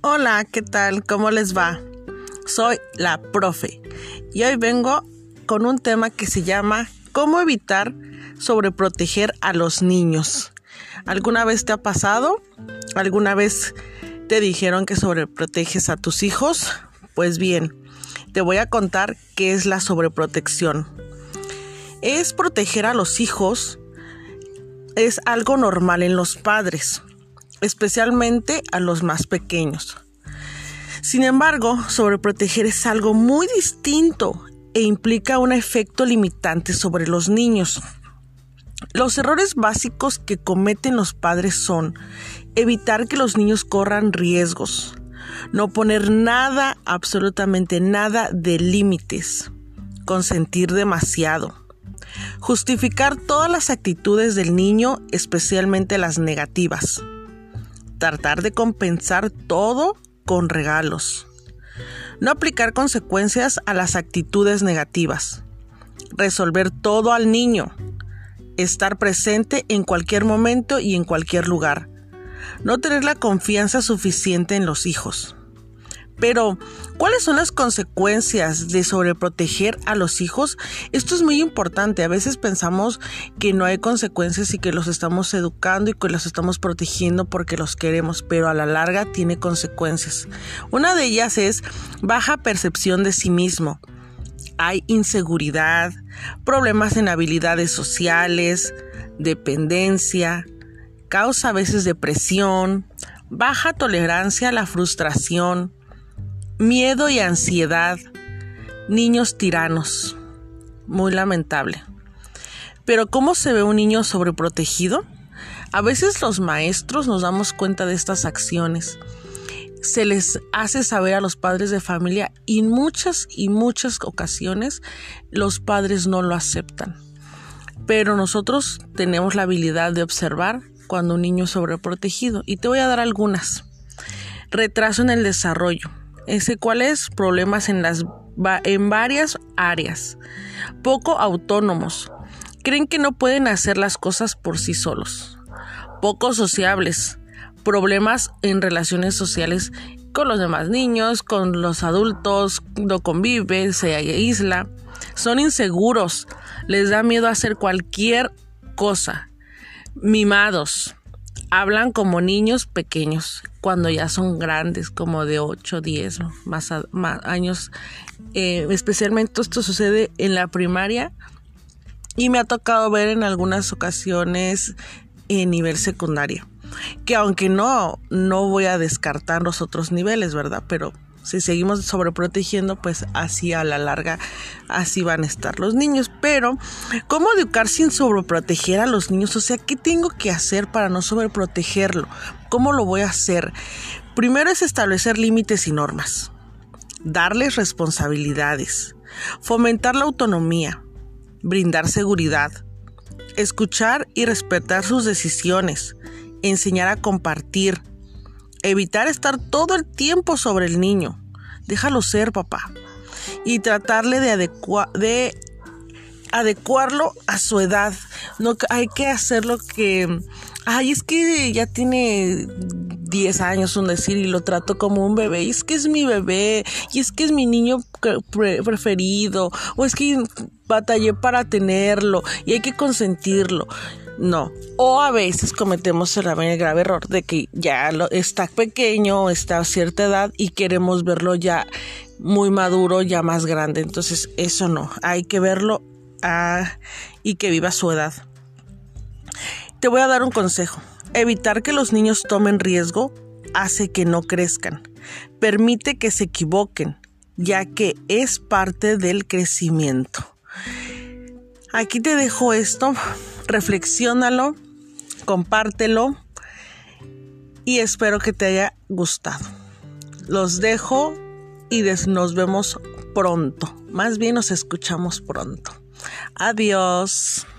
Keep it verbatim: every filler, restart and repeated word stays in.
Hola, ¿qué tal? ¿Cómo les va? Soy la profe y hoy vengo con un tema que se llama ¿cómo evitar sobreproteger a los niños? ¿Alguna vez te ha pasado? ¿Alguna vez te dijeron que sobreproteges a tus hijos? Pues bien, te voy a contar qué es la sobreprotección. Es proteger a los hijos, es algo normal en los padres, especialmente a los más pequeños. Sin embargo, sobreproteger es algo muy distinto e implica un efecto limitante sobre los niños. Los errores básicos que cometen los padres son evitar que los niños corran riesgos, no poner nada, absolutamente nada de límites, consentir demasiado, justificar todas las actitudes del niño, especialmente las negativas, tratar de compensar todo con regalos, no aplicar consecuencias a las actitudes negativas, resolver todo al niño, estar presente en cualquier momento y en cualquier lugar, no tener la confianza suficiente en los hijos. Pero, ¿cuáles son las consecuencias de sobreproteger a los hijos? Esto es muy importante. A veces pensamos que no hay consecuencias y que los estamos educando y que los estamos protegiendo porque los queremos, pero a la larga tiene consecuencias. Una de ellas es baja percepción de sí mismo. Hay inseguridad, problemas en habilidades sociales, dependencia, causa a veces depresión, baja tolerancia a la frustración, miedo y ansiedad, niños tiranos. Muy lamentable. Pero ¿cómo se ve un niño sobreprotegido? A veces los maestros nos damos cuenta de estas acciones. Se les hace saber a los padres de familia y en muchas y muchas ocasiones los padres no lo aceptan. Pero nosotros tenemos la habilidad de observar cuando un niño es sobreprotegido. Y te voy a dar algunas. Retraso en el desarrollo. Ese cuál es, problemas en las en varias áreas, poco autónomos, creen que no pueden hacer las cosas por sí solos, poco sociables, problemas en relaciones sociales con los demás niños, con los adultos, no convive, se aísla, son inseguros, les da miedo hacer cualquier cosa, mimados. Hablan como niños pequeños, cuando ya son grandes, como de ocho, diez, más, a, más años. Eh, especialmente esto sucede en la primaria y me ha tocado ver en algunas ocasiones en nivel secundario. Que aunque no, no voy a descartar los otros niveles, ¿verdad? Pero si seguimos sobreprotegiendo, pues así a la larga, así van a estar los niños. Pero, ¿cómo educar sin sobreproteger a los niños? O sea, ¿qué tengo que hacer para no sobreprotegerlo? ¿Cómo lo voy a hacer? Primero es establecer límites y normas, darles responsabilidades, fomentar la autonomía, brindar seguridad, escuchar y respetar sus decisiones, enseñar a compartir, evitar estar todo el tiempo sobre el niño. Déjalo ser, papá. Y tratarle de, adecua- de adecuarlo a su edad. No hay que hacerlo que... Ay, es que ya tiene diez años, un decir, y lo trato como un bebé. Y es que es mi bebé. Y es que es mi niño pre- preferido. O es que batallé para tenerlo. Y hay que consentirlo. No, o a veces cometemos el grave error de que ya lo, está pequeño, está a cierta edad y queremos verlo ya muy maduro, ya más grande. Entonces eso no, hay que verlo uh, y que viva su edad. Te voy a dar un consejo. Evitar que los niños tomen riesgo hace que no crezcan. Permite que se equivoquen, ya que es parte del crecimiento. Aquí te dejo esto. Reflexiónalo, compártelo y espero que te haya gustado. Los dejo y des- nos vemos pronto. Más bien nos escuchamos pronto. Adiós.